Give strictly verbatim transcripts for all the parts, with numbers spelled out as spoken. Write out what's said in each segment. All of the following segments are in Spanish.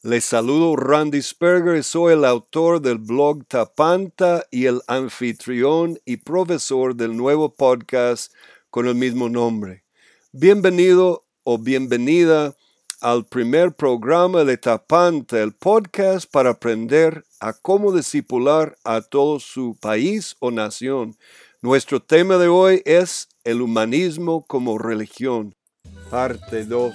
Les saludo Randy Sperger, soy el autor del blog Tapanta y el anfitrión y profesor del nuevo podcast con el mismo nombre. Bienvenido o bienvenida al primer programa de Tapanta, el podcast para aprender a cómo discipular a todo su país o nación. Nuestro tema de hoy es el humanismo como religión, parte dos.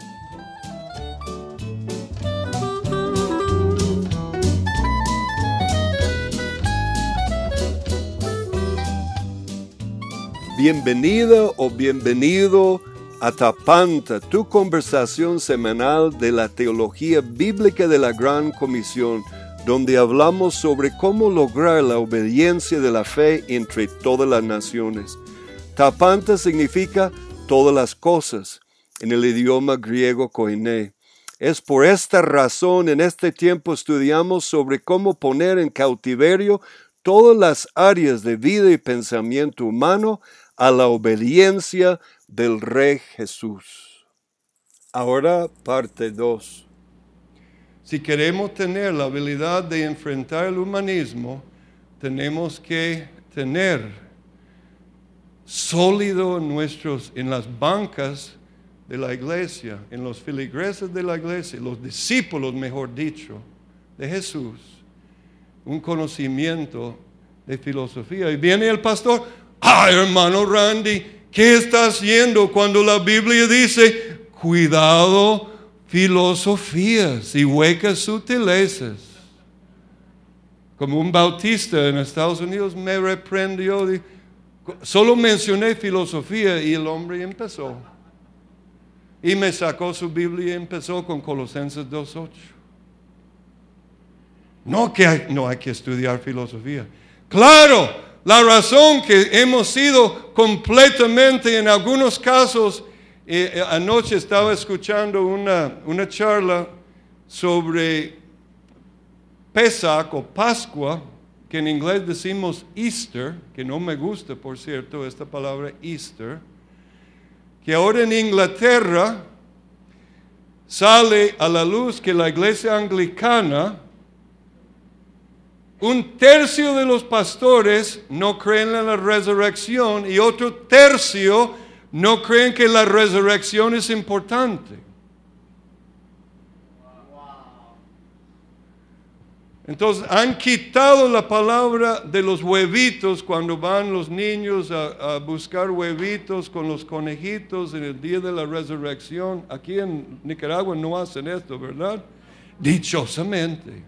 Bienvenida o bienvenido a Tapanta, tu conversación semanal de la teología bíblica de la Gran Comisión, donde hablamos sobre cómo lograr la obediencia de la fe entre todas las naciones. Tapanta significa todas las cosas en el idioma griego koiné. Es por esta razón en este tiempo estudiamos sobre cómo poner en cautiverio todas las áreas de vida y pensamiento humano a la obediencia del Rey Jesús. Ahora parte dos. Si queremos tener la habilidad de enfrentar el humanismo, tenemos que tener sólido en, nuestros, en las bancas de la iglesia, en los feligreses de la iglesia, los discípulos, mejor dicho, de Jesús, un conocimiento de filosofía. Y viene el pastor, ¡ay, hermano Randy! ¿Qué está haciendo cuando la Biblia dice, cuidado, filosofías y huecas sutilezas? Como un bautista en Estados Unidos me reprendió, solo mencioné filosofía y el hombre empezó. Y me sacó su Biblia y empezó con Colosenses dos ocho. No que hay, no hay que estudiar filosofía. ¡Claro! La razón que hemos sido completamente, en algunos casos, eh, anoche estaba escuchando una, una charla sobre Pesach o Pascua, que en inglés decimos Easter, que no me gusta, por cierto, esta palabra Easter, que ahora en Inglaterra sale a la luz que la iglesia anglicana, un tercio de los pastores no creen en la resurrección y otro tercio no creen que la resurrección es importante. Entonces han quitado la palabra de los huevitos cuando van los niños a, a buscar huevitos con los conejitos en el día de la resurrección. Aquí en Nicaragua no hacen esto, ¿verdad? Dichosamente.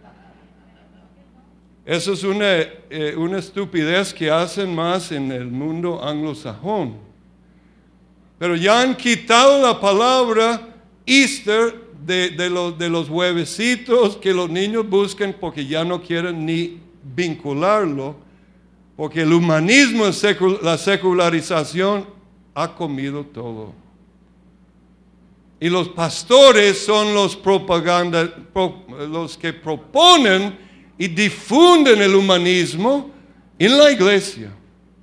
Eso es una, eh, una estupidez que hacen más en el mundo anglosajón. Pero ya han quitado la palabra Easter de, de, los, de los huevecitos que los niños buscan porque ya no quieren ni vincularlo, porque el humanismo, la secularización ha comido todo. Y los pastores son los, propaganda, pro, los que proponen y difunden el humanismo en la iglesia.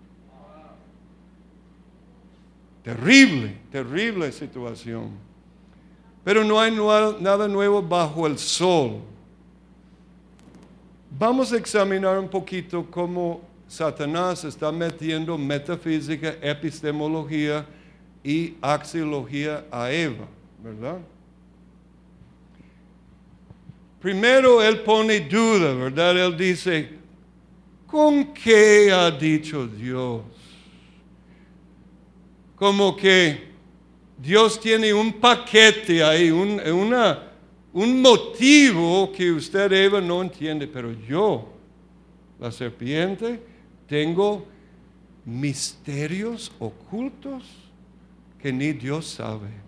Terrible, terrible situación. Pero no hay nada nuevo bajo el sol. Vamos a examinar un poquito cómo Satanás está metiendo metafísica, epistemología y axiología a Eva, ¿verdad? Primero él pone duda, ¿verdad? Él dice, ¿con qué ha dicho Dios? Como que Dios tiene un paquete ahí, un, una, un motivo que usted, Eva, no entiende. Pero yo, la serpiente, tengo misterios ocultos que ni Dios sabe.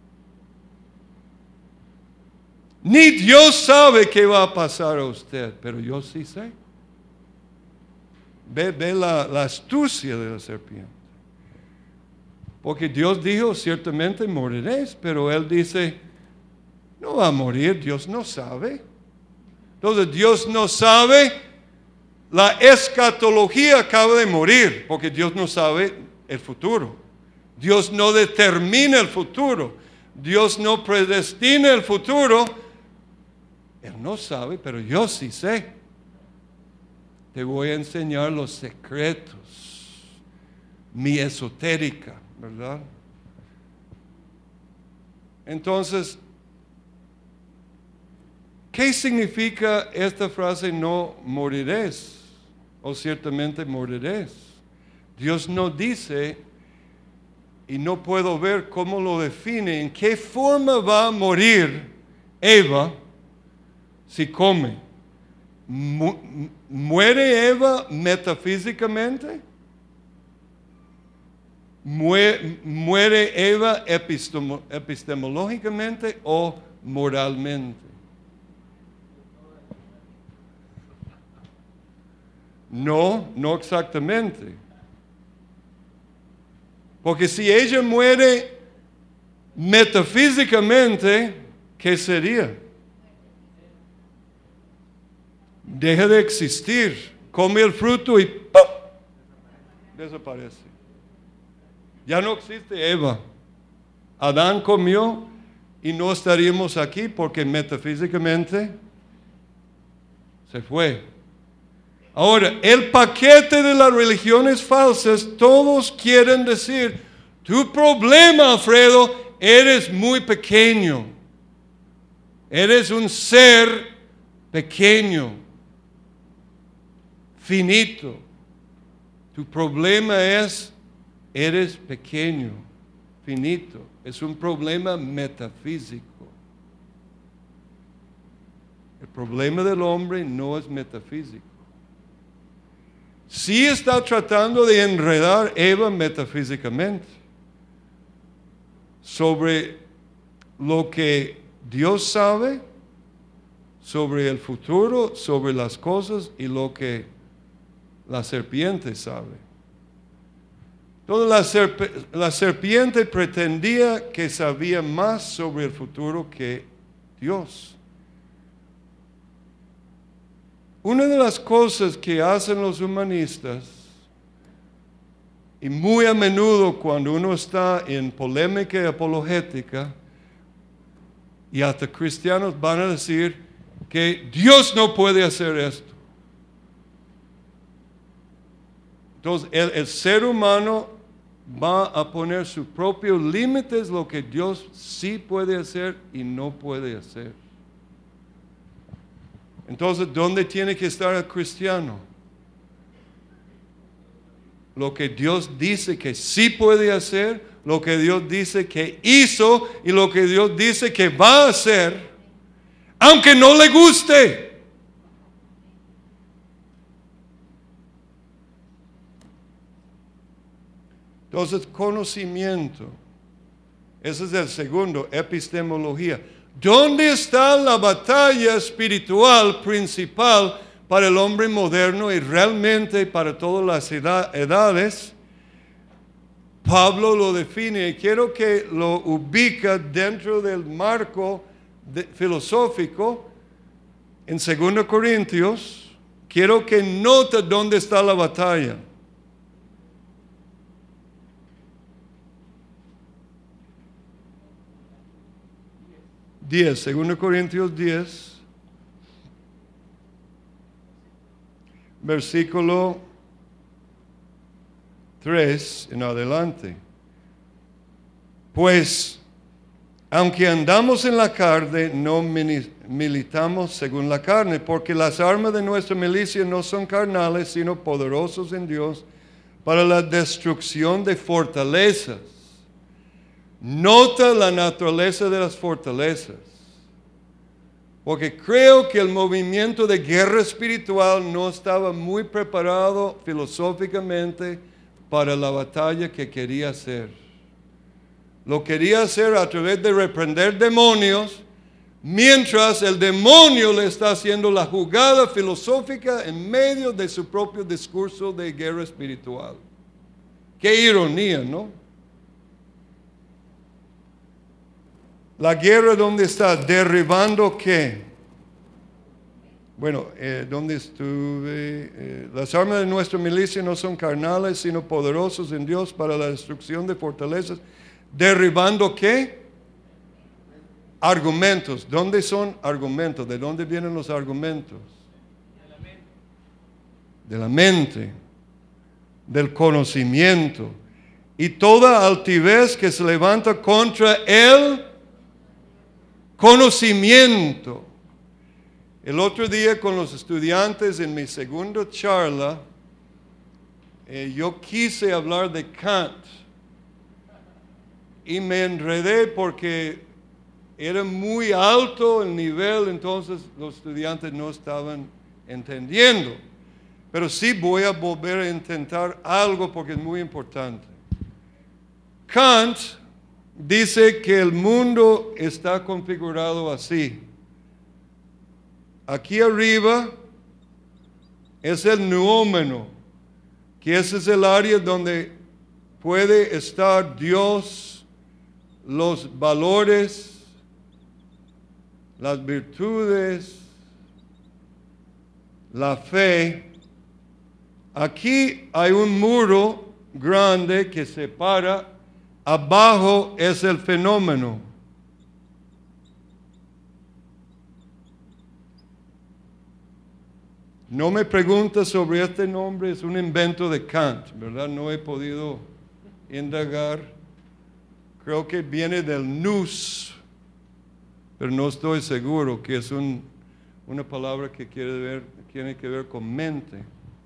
Ni Dios sabe qué va a pasar a usted, pero yo sí sé. Ve, ve la, la astucia de la serpiente. Porque Dios dijo, ciertamente moriréis, pero Él dice, no va a morir, Dios no sabe. Entonces Dios no sabe, la escatología acaba de morir, porque Dios no sabe el futuro. Dios no determina el futuro. Dios no predestina el futuro. Él no sabe, pero yo sí sé. Te voy a enseñar los secretos, mi esotérica, ¿verdad? Entonces, ¿qué significa esta frase no moriréis? O ciertamente moriréis. Dios no dice, y no puedo ver cómo lo define, en qué forma va a morir Eva si come. Mu- ¿Muere Eva metafísicamente? Mue- ¿Muere Eva epistemo- epistemológicamente o moralmente? No, no exactamente. Porque si ella muere metafísicamente, ¿qué sería? Deja de existir. Come el fruto y ¡pum! Desaparece. Ya no existe Eva. Adán comió y no estaríamos aquí porque metafísicamente se fue. Ahora, el paquete de las religiones falsas, todos quieren decir, tu problema, Alfredo, eres muy pequeño. Eres un ser pequeño, finito. Tu problema es, eres pequeño, finito. Es un problema metafísico. El problema del hombre no es metafísico. Sí está tratando de enredar Eva metafísicamente sobre lo que Dios sabe, sobre el futuro, sobre las cosas y lo que la serpiente sabe. Entonces la, serp- la serpiente pretendía que sabía más sobre el futuro que Dios. Una de las cosas que hacen los humanistas, y muy a menudo cuando uno está en polémica y apologética, y hasta cristianos van a decir que Dios no puede hacer esto. Entonces el, el ser humano va a poner sus propios límites, lo que Dios sí puede hacer y no puede hacer. Entonces, ¿dónde tiene que estar el cristiano? Lo que Dios dice que sí puede hacer, lo que Dios dice que hizo y lo que Dios dice que va a hacer, aunque no le guste. Entonces, conocimiento. Ese es el segundo, epistemología. ¿Dónde está la batalla espiritual principal para el hombre moderno y realmente para todas las edades? Pablo lo define y quiero que lo ubica dentro del marco de, filosófico en Segunda Corintios. Quiero que note dónde está la batalla. diez, Segunda Corintios diez, versículo tres en adelante. Pues, aunque andamos en la carne, no militamos según la carne, porque las armas de nuestra milicia no son carnales, sino poderosos en Dios para la destrucción de fortalezas. Nota la naturaleza de las fortalezas, porque creo que el movimiento de guerra espiritual no estaba muy preparado filosóficamente para la batalla que quería hacer. Lo quería hacer a través de reprender demonios, mientras el demonio le está haciendo la jugada filosófica en medio de su propio discurso de guerra espiritual. Qué ironía, ¿no? La guerra, ¿dónde está? ¿Derribando qué? Bueno, eh, ¿dónde estuve? Eh, las armas de nuestra milicia no son carnales, sino poderosos en Dios para la destrucción de fortalezas. ¿Derribando qué? Argumentos. ¿Dónde son argumentos? ¿De dónde vienen los argumentos? De la mente, del conocimiento. Y toda altivez que se levanta contra el conocimiento. El otro día con los estudiantes en mi segunda charla, eh, yo quise hablar de Kant y me enredé porque era muy alto el nivel, entonces los estudiantes no estaban entendiendo. Pero sí voy a volver a intentar algo porque es muy importante. Kant dice que el mundo está configurado así. Aquí arriba es el noumeno, que ese es el área donde puede estar Dios, los valores, las virtudes, la fe. Aquí hay un muro grande que separa. Abajo es el fenómeno. No me preguntes sobre este nombre, es un invento de Kant, ¿verdad? No he podido indagar. Creo que viene del nous, pero no estoy seguro que es un, una palabra que quiere ver, tiene que ver con mente.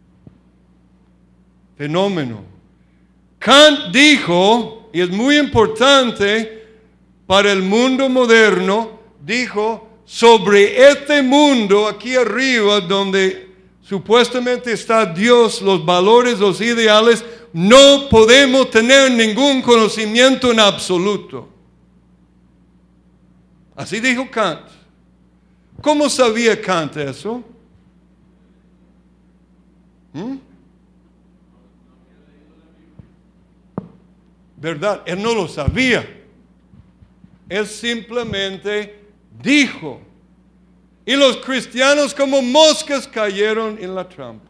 Fenómeno. Kant dijo, y es muy importante para el mundo moderno, dijo, sobre este mundo aquí arriba donde supuestamente está Dios, los valores, los ideales, no podemos tener ningún conocimiento en absoluto. Así dijo Kant. ¿Cómo sabía Kant eso? ¿Mm? ¿Verdad? Él no lo sabía. Él simplemente dijo. Y los cristianos como moscas cayeron en la trampa.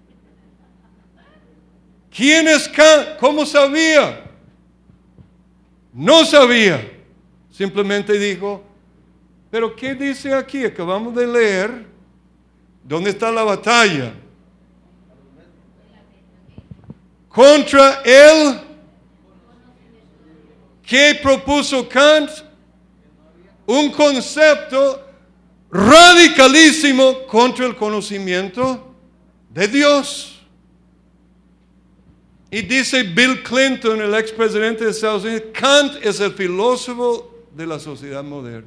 ¿Quién es Kant? ¿Cómo sabía? No sabía. Simplemente dijo, pero ¿qué dice aquí? Acabamos de leer. ¿Dónde está la batalla? Contra él. ¿Qué propuso Kant? Un concepto radicalísimo contra el conocimiento de Dios. Y dice Bill Clinton, el expresidente de Estados Unidos, Kant es el filósofo de la sociedad moderna.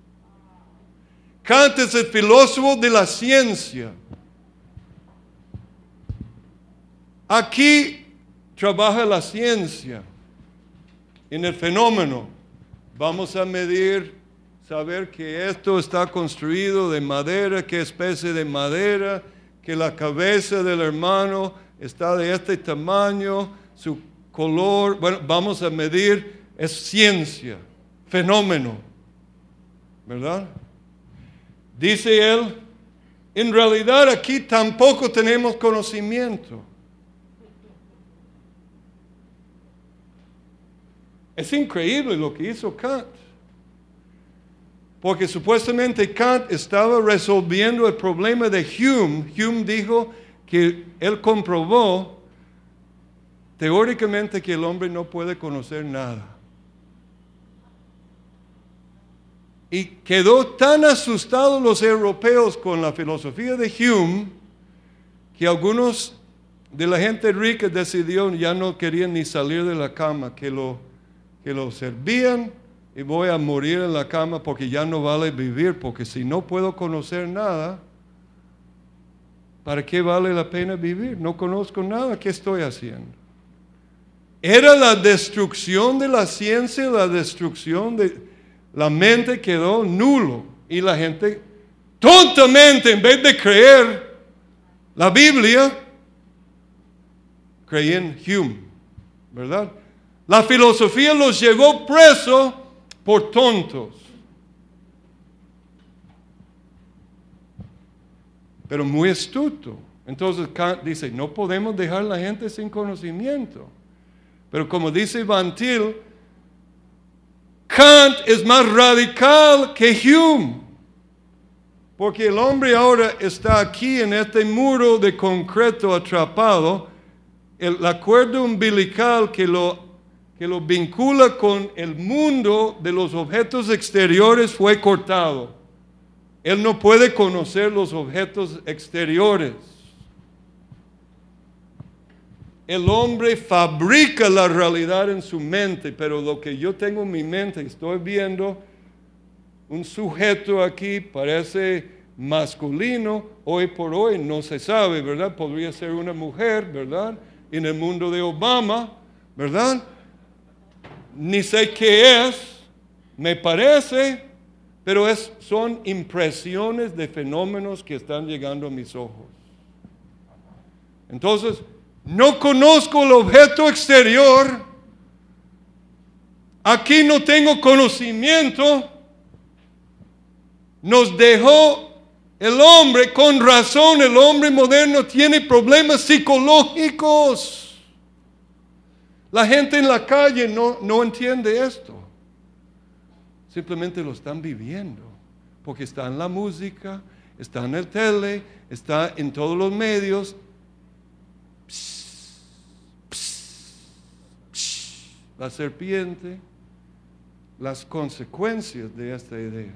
Kant es el filósofo de la ciencia. Aquí trabaja la ciencia. En el fenómeno vamos a medir, saber que esto está construido de madera, qué especie de madera, que la cabeza del hermano está de este tamaño, su color. Bueno, vamos a medir, es ciencia, fenómeno, ¿verdad? Dice él, en realidad aquí tampoco tenemos conocimiento. Es increíble lo que hizo Kant. Porque supuestamente Kant estaba resolviendo el problema de Hume. Hume dijo que él comprobó teóricamente que el hombre no puede conocer nada. Y quedó tan asustados los europeos con la filosofía de Hume que algunos de la gente rica decidieron ya no querían ni salir de la cama, que lo que lo servían y voy a morir en la cama porque ya no vale vivir, porque si no puedo conocer nada, ¿para qué vale la pena vivir? No conozco nada, ¿qué estoy haciendo? Era la destrucción de la ciencia, la destrucción de la mente quedó nulo y la gente tontamente en vez de creer la Biblia, creía en Hume, ¿verdad? La filosofía los llevó presos por tontos. Pero muy astuto. Entonces Kant dice, no podemos dejar a la gente sin conocimiento. Pero como dice Van Til, Kant es más radical que Hume. Porque el hombre ahora está aquí en este muro de concreto atrapado. El, la cuerda umbilical que lo, que lo vincula con el mundo de los objetos exteriores fue cortado. Él no puede conocer los objetos exteriores. El hombre fabrica la realidad en su mente, pero lo que yo tengo en mi mente, estoy viendo un sujeto aquí, parece masculino, hoy por hoy no se sabe, ¿verdad? Podría ser una mujer, ¿verdad? En el mundo de Obama, ¿verdad? Ni sé qué es, me parece, pero es, son impresiones de fenómenos que están llegando a mis ojos. Entonces, no conozco el objeto exterior, aquí no tengo conocimiento, nos dejó el hombre, con razón, el hombre moderno tiene problemas psicológicos. La gente en la calle no, no entiende esto. Simplemente lo están viviendo, porque está en la música, está en el tele, está en todos los medios. Psst, psst, psst, la serpiente, las consecuencias de esta idea.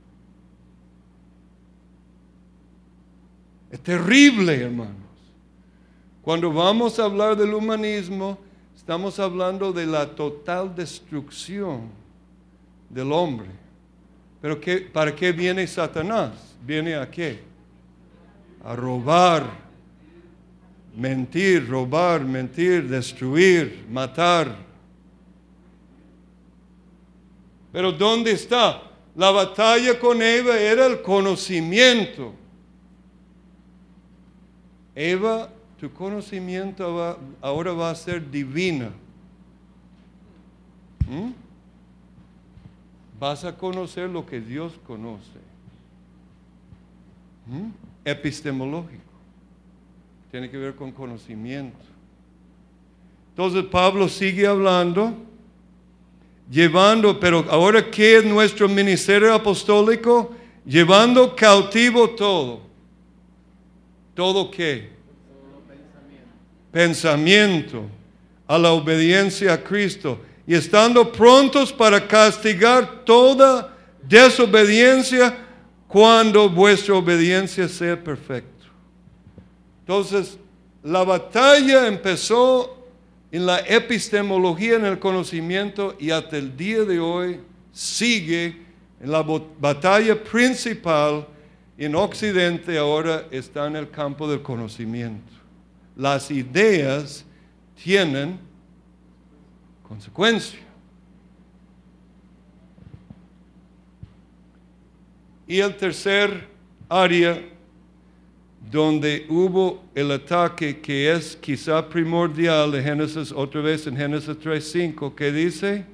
Es terrible, hermanos. Cuando vamos a hablar del humanismo, estamos hablando de la total destrucción del hombre. Pero ¿qué, ¿para qué viene Satanás? ¿Viene a qué? A robar, mentir, robar, mentir, destruir, matar. Pero ¿dónde está? La batalla con Eva era el conocimiento. Eva, tu conocimiento va, ahora va a ser divina. ¿Mm? Vas a conocer lo que Dios conoce. ¿Mm? Epistemológico. Tiene que ver con conocimiento. Entonces Pablo sigue hablando, llevando, pero ahora ¿qué es nuestro ministerio apostólico? Llevando cautivo todo. ¿Todo qué? Todo pensamiento. Pensamiento a la obediencia a Cristo. Y estando prontos para castigar toda desobediencia cuando vuestra obediencia sea perfecta. Entonces, la batalla empezó en la epistemología, en el conocimiento, y hasta el día de hoy sigue en la batalla principal. En Occidente ahora está en el campo del conocimiento. Las ideas tienen consecuencia. Y el tercer área donde hubo el ataque, que es quizá primordial de Génesis, otra vez en Génesis tres cinco, que dice,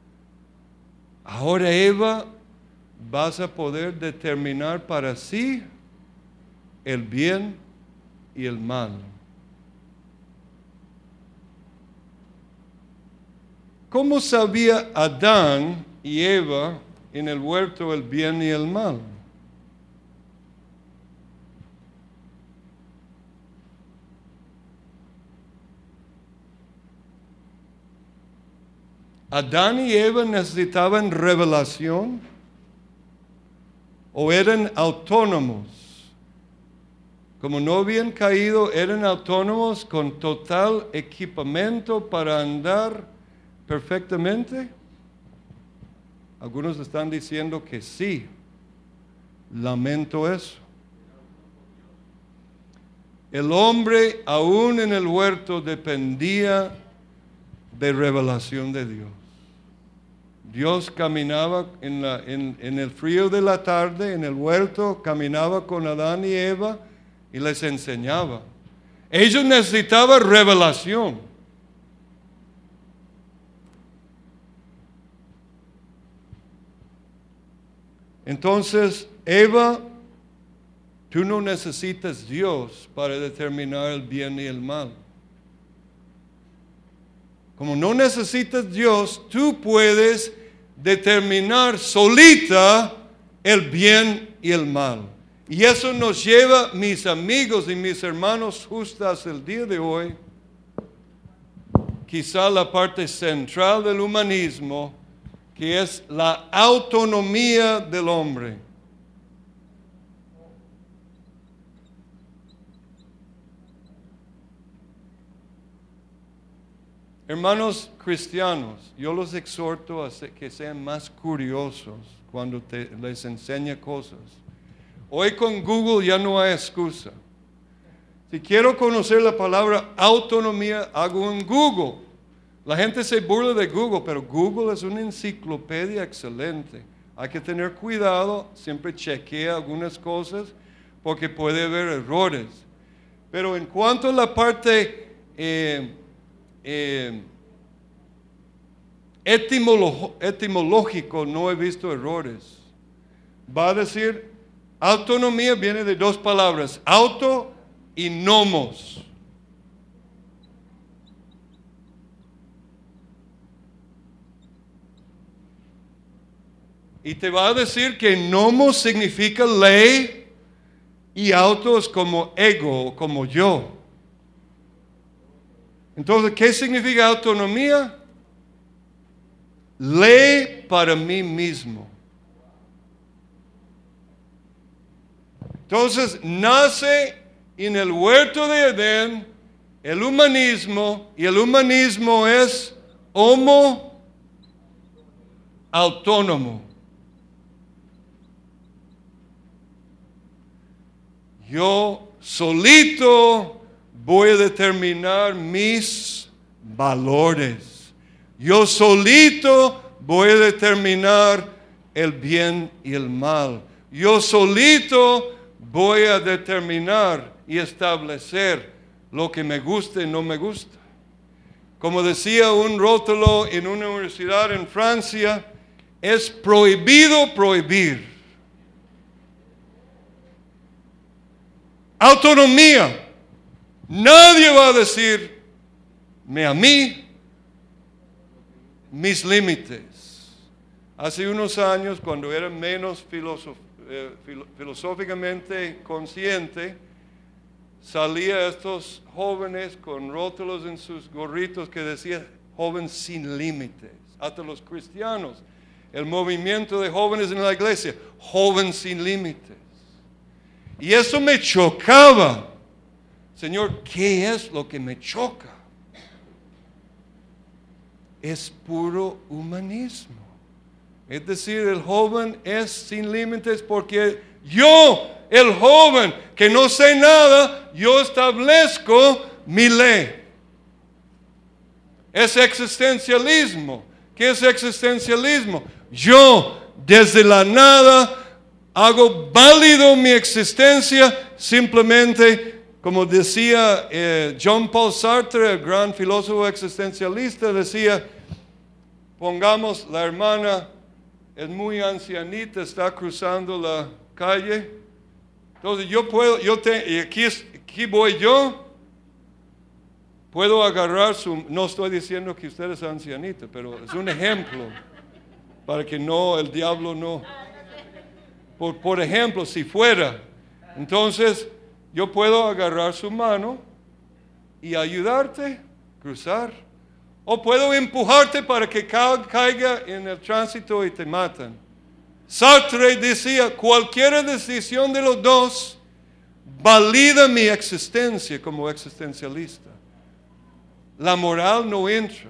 ahora Eva, vas a poder determinar para sí el bien y el mal. ¿Cómo sabía Adán y Eva en el huerto el bien y el mal? Adán y Eva necesitaban revelación o eran autónomos. Como no habían caído, eran autónomos con total equipamiento para andar perfectamente. Algunos están diciendo que sí. Lamento eso. El hombre, aún en el huerto, dependía de revelación de Dios. Dios caminaba en, la, en, en el frío de la tarde, en el huerto, caminaba con Adán y Eva y les enseñaba. Ellos necesitaban revelación. Entonces, Eva, tú no necesitas Dios para determinar el bien y el mal. Como no necesitas Dios, tú puedes determinar solita el bien y el mal. Y eso nos lleva, mis amigos y mis hermanos, justo hasta el día de hoy, quizá la parte central del humanismo, que es la autonomía del hombre. Hermanos cristianos, yo los exhorto a que sean más curiosos cuando te, les enseña cosas. Hoy con Google ya no hay excusa. Si quiero conocer la palabra autonomía, hago en Google. La gente se burla de Google, pero Google es una enciclopedia excelente. Hay que tener cuidado, siempre chequea algunas cosas porque puede haber errores. Pero en cuanto a la parte eh, eh, etimolo- etimológico, no he visto errores. Va a decir, autonomía viene de dos palabras, auto y nomos. Y te va a decir que nomos significa ley y auto es como ego, como yo. Entonces, ¿qué significa autonomía? Ley para mí mismo. Entonces, nace en el huerto de Edén el humanismo, y el humanismo es homo autónomo. Yo solito voy a determinar mis valores. Yo solito voy a determinar el bien y el mal. Yo solito voy a determinar y establecer lo que me gusta y no me gusta. Como decía un rótulo en una universidad en Francia, es prohibido prohibir. Autonomía. Nadie va a decirme a mí mis límites. Hace unos años, cuando era menos filosof, eh, filo, filosóficamente consciente, salía estos jóvenes con rótulos en sus gorritos que decía joven sin límites. Hasta los cristianos, el movimiento de jóvenes en la iglesia, joven sin límites. Y eso me chocaba. Señor, ¿qué es lo que me choca? Es puro humanismo. Es decir, el joven es sin límites porque yo, el joven que no sé nada, yo establezco mi ley. Es existencialismo. ¿Qué es existencialismo? Yo, desde la nada, hago válido mi existencia simplemente, como decía eh, Jean Paul Sartre, el gran filósofo existencialista, decía, pongamos la hermana, es muy ancianita, está cruzando la calle. Entonces yo puedo, yo te, y aquí, aquí voy yo, puedo agarrar su, no estoy diciendo que usted es ancianita, pero es un ejemplo, para que no, el diablo no... Por, por ejemplo, si fuera, entonces yo puedo agarrar su mano y ayudarte a cruzar. O puedo empujarte para que ca- caiga en el tránsito y te matan. Sartre decía, cualquier decisión de los dos valida mi existencia como existencialista. La moral no entra.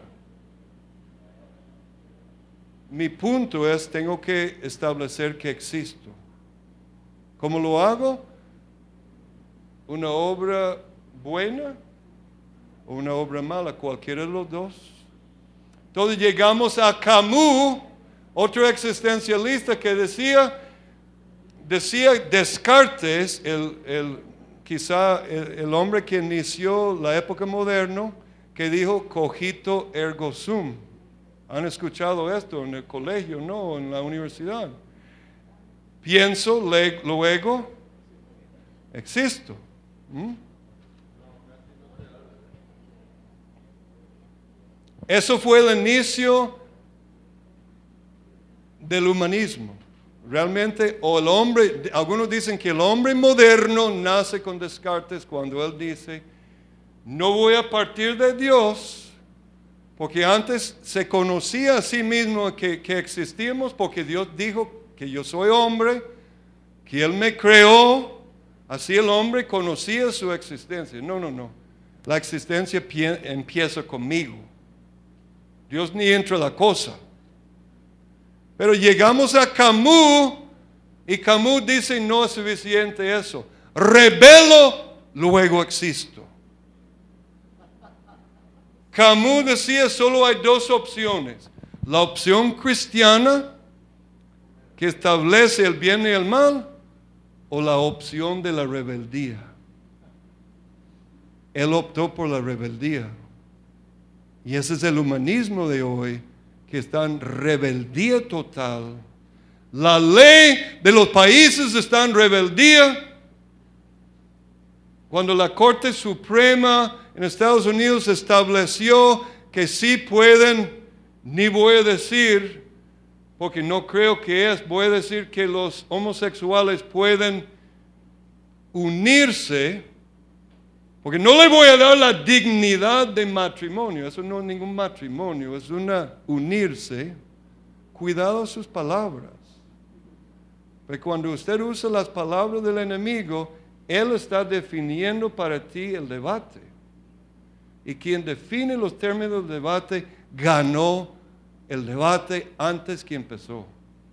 Mi punto es, tengo que establecer que existo. ¿Cómo lo hago? ¿Una obra buena o una obra mala? Cualquiera de los dos. Entonces llegamos a Camus, otro existencialista que decía, decía Descartes, el, el, quizá el, el hombre que inició la época moderna, que dijo cogito ergo sum. ¿Han escuchado esto en el colegio, no? En la universidad. Pienso, le, luego existo. ¿Mm? Eso fue el inicio del humanismo. Realmente, o el hombre, algunos dicen que el hombre moderno nace con Descartes cuando él dice, no voy a partir de Dios, porque antes se conocía a sí mismo que, que existíamos, porque Dios dijo que yo soy hombre, que Él me creó, así el hombre conocía su existencia. No, no, no, la existencia pie, empieza conmigo. Dios ni entra en la cosa. Pero llegamos a Camus y Camus dice no es suficiente eso. Revelo, luego existo. Camus decía solo hay dos opciones. La opción cristiana que establece el bien y el mal o la opción de la rebeldía. Él optó por la rebeldía. Y ese es el humanismo de hoy, que está en rebeldía total. La ley de los países está en rebeldía. Cuando la Corte Suprema en Estados Unidos estableció que sí pueden, ni voy a decir, porque no creo que es, voy a decir que los homosexuales pueden unirse, porque no le voy a dar la dignidad de matrimonio, eso no es ningún matrimonio, es una unirse. Cuidado a sus palabras. Porque cuando usted usa las palabras del enemigo, él está definiendo para ti el debate. Y quien define los términos del debate ganó el debate antes que empezó.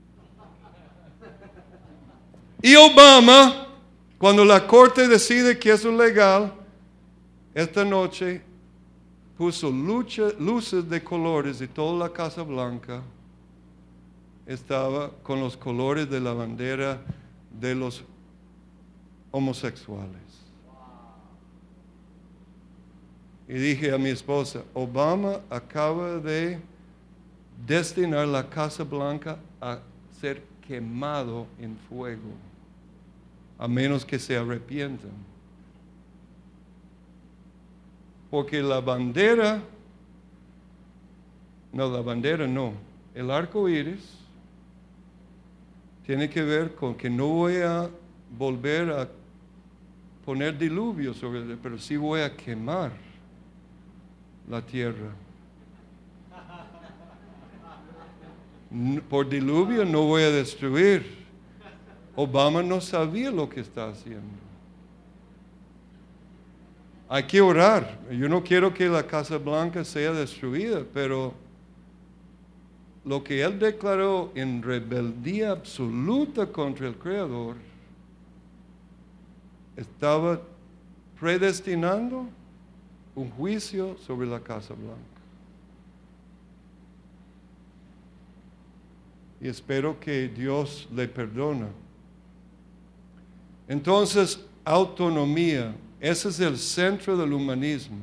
Y Obama, cuando la corte decide que eso es legal, esta noche puso lucha, luces de colores y toda la Casa Blanca estaba con los colores de la bandera de los homosexuales. Y dije a mi esposa, Obama acaba de destinar la Casa Blanca a ser quemado en fuego, a menos que se arrepientan. Porque la bandera, no, la bandera no, el arco iris tiene que ver con que no voy a volver a poner diluvio sobre él, pero sí voy a quemar la tierra. Por diluvio no voy a destruir. Obama no sabía lo que está haciendo. Hay que orar. Yo no quiero que la Casa Blanca sea destruida, pero lo que él declaró en rebeldía absoluta contra el Creador estaba predestinando un juicio sobre la Casa Blanca. Y espero que Dios le perdone. Entonces, autonomía. Ese es el centro del humanismo.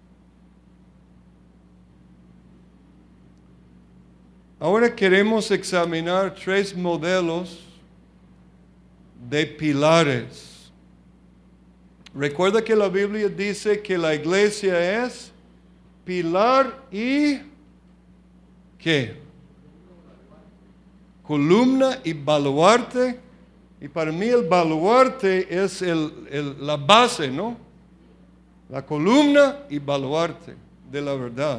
Ahora queremos examinar tres modelos de pilares. Recuerda que la Biblia dice que la iglesia es pilar y ¿qué? Columna y baluarte. Y para mí el baluarte es el, el, la base, ¿no? La columna y baluarte de la verdad.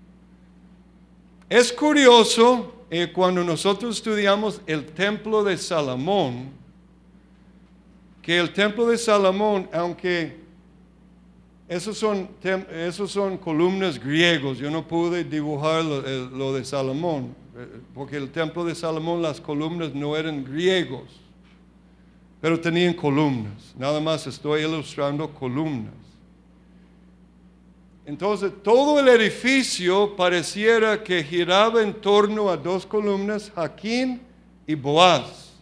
Es curioso eh, cuando nosotros estudiamos el templo de Salomón, que el templo de Salomón, aunque esos son, tem, esos son columnas griegos, yo no pude dibujar lo, el, lo de Salomón, porque el templo de Salomón las columnas no eran griegos, pero tenían columnas. Nada más estoy ilustrando columnas. Entonces, todo el edificio pareciera que giraba en torno a dos columnas, Jaquín y Boaz.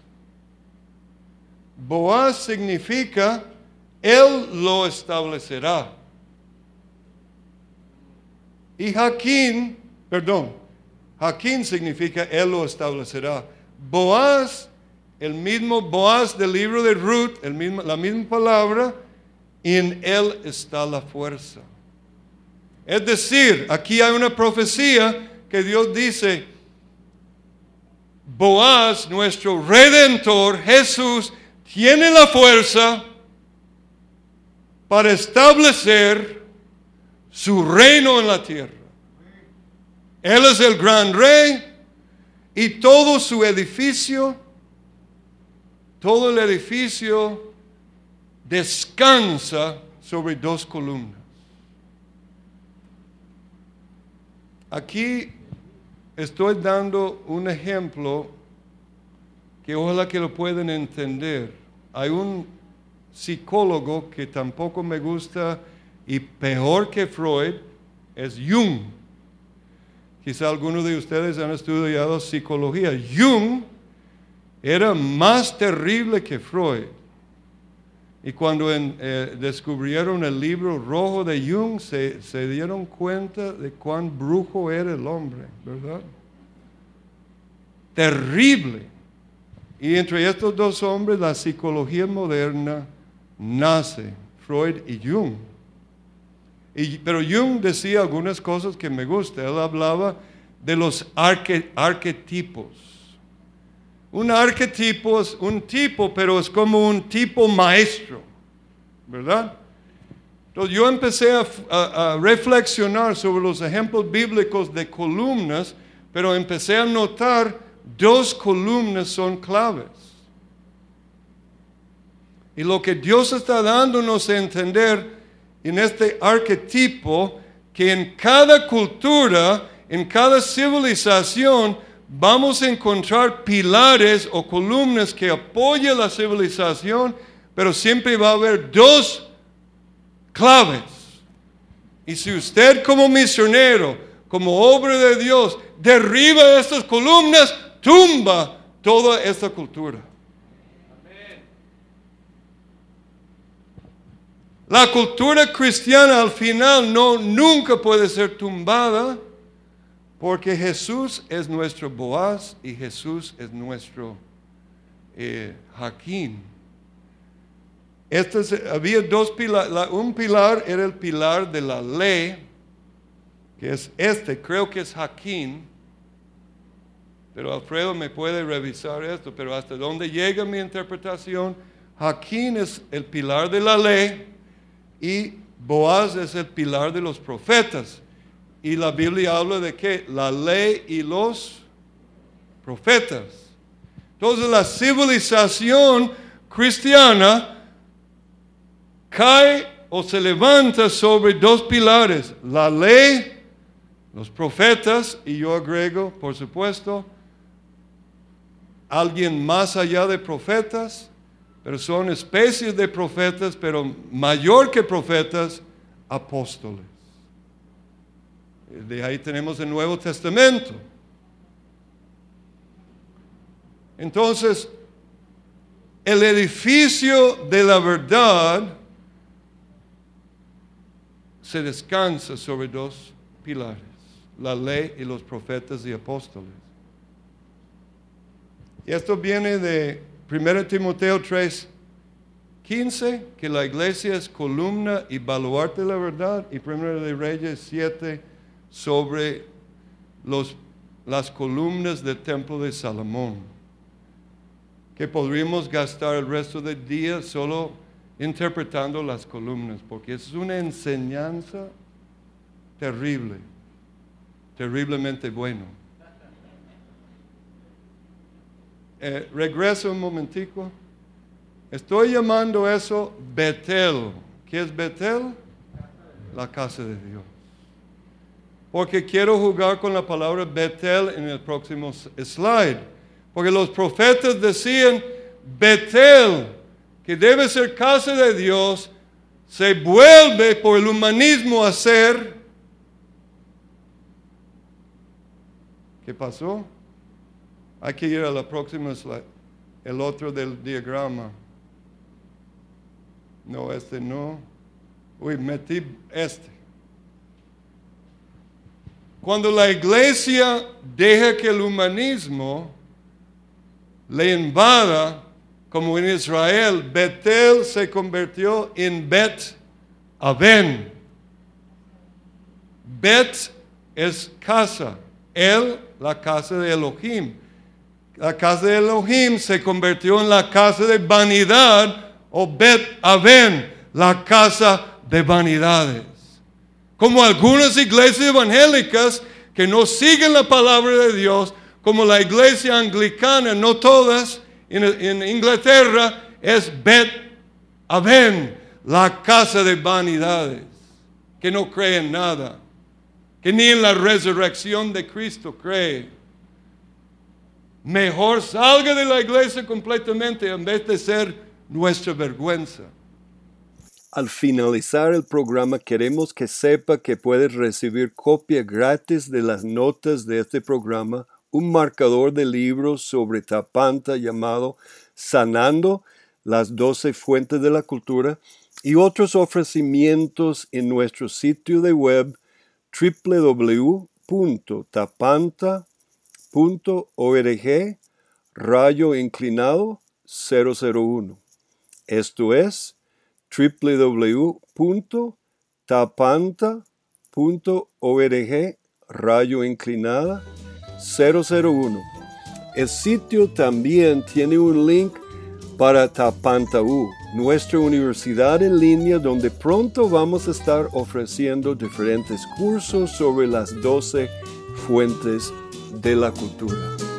Boaz significa, él lo establecerá. Y Jaquín, perdón, Jaquín significa, él lo establecerá. Boaz, el mismo Boaz del libro de Ruth, el mismo, la misma palabra, en él está la fuerza. Es decir, aquí hay una profecía que Dios dice, Boaz, nuestro Redentor, Jesús, tiene la fuerza para establecer su reino en la tierra. Él es el gran rey y todo su edificio, todo el edificio descansa sobre dos columnas. Aquí estoy dando un ejemplo que ojalá que lo puedan entender. Hay un psicólogo que tampoco me gusta y peor que Freud, es Jung. Quizá algunos de ustedes han estudiado psicología. Jung era más terrible que Freud. Y cuando en, eh, descubrieron el libro rojo de Jung, se, se dieron cuenta de cuán brujo era el hombre, ¿verdad? Terrible. Y entre estos dos hombres, la psicología moderna nace, Freud y Jung. Y, pero Jung decía algunas cosas que me gustan. Él hablaba de los arque, arquetipos. Un arquetipo es un tipo, pero es como un tipo maestro, ¿verdad? Entonces yo empecé a, a, a reflexionar sobre los ejemplos bíblicos de columnas, pero empecé a notar dos columnas son claves. Y lo que Dios está dándonos a entender en este arquetipo, que en cada cultura, en cada civilización, vamos a encontrar pilares o columnas que apoyen la civilización, pero siempre va a haber dos claves. Y si usted como misionero, como obra de Dios, derriba estas columnas, tumba toda esta cultura. La cultura cristiana al final no, nunca puede ser tumbada, porque Jesús es nuestro Boaz y Jesús es nuestro eh, Jaquín. Este, había dos pilares. Un pilar era el pilar de la ley, que es este, creo que es Jaquín. Pero Alfredo me puede revisar esto, pero hasta donde llega mi interpretación, Jaquín es el pilar de la ley y Boaz es el pilar de los profetas. Y la Biblia habla de que la ley y los profetas. Entonces la civilización cristiana cae o se levanta sobre dos pilares: la ley, los profetas, y yo agrego, por supuesto, alguien más allá de profetas, pero son especies de profetas, pero mayor que profetas, apóstoles. De ahí tenemos el Nuevo Testamento. Entonces, el edificio de la verdad se descansa sobre dos pilares: la ley y los profetas y apóstoles. Y esto viene de primera Timoteo tres quince, que la iglesia es columna y baluarte de la verdad, y primera de Reyes siete, sobre los, las columnas del templo de Salomón, que podríamos gastar el resto del día solo interpretando las columnas, porque es una enseñanza terrible, terriblemente bueno. Eh, regreso un momentico. Estoy llamando eso Betel. ¿Qué es Betel? La casa de Dios. Porque quiero jugar con la palabra Betel en el próximo slide. Porque los profetas decían, Betel, que debe ser casa de Dios, se vuelve por el humanismo a ser. ¿Qué pasó? Hay que ir a la próxima slide. El otro del diagrama. No, este no. Uy, metí este. Cuando la iglesia deja que el humanismo le invada, como en Israel, Betel se convirtió en Bet Aven. Bet es casa, El, la casa de Elohim. la casa de Elohim se convirtió en la casa de vanidad, o Bet Aven, la casa de vanidades. Como algunas iglesias evangélicas que no siguen la palabra de Dios, como la iglesia anglicana, no todas, en, en Inglaterra, es Bet Aven, la casa de vanidades, que no cree en nada, que ni en la resurrección de Cristo cree. Mejor salga de la iglesia completamente en vez de ser nuestra vergüenza. Al finalizar el programa queremos que sepa que puede recibir copia gratis de las notas de este programa, un marcador de libros sobre Tapanta llamado Sanando las doce fuentes de la cultura y otros ofrecimientos en nuestro sitio de web doble u doble u doble u punto tapanta punto org rayo inclinado cero cero uno. Esto es doble u doble u doble u punto tapanta punto org rayo inclinada cero cero uno. El sitio también tiene un link para Tapanta U, nuestra universidad en línea donde pronto vamos a estar ofreciendo diferentes cursos sobre las doce fuentes de la cultura.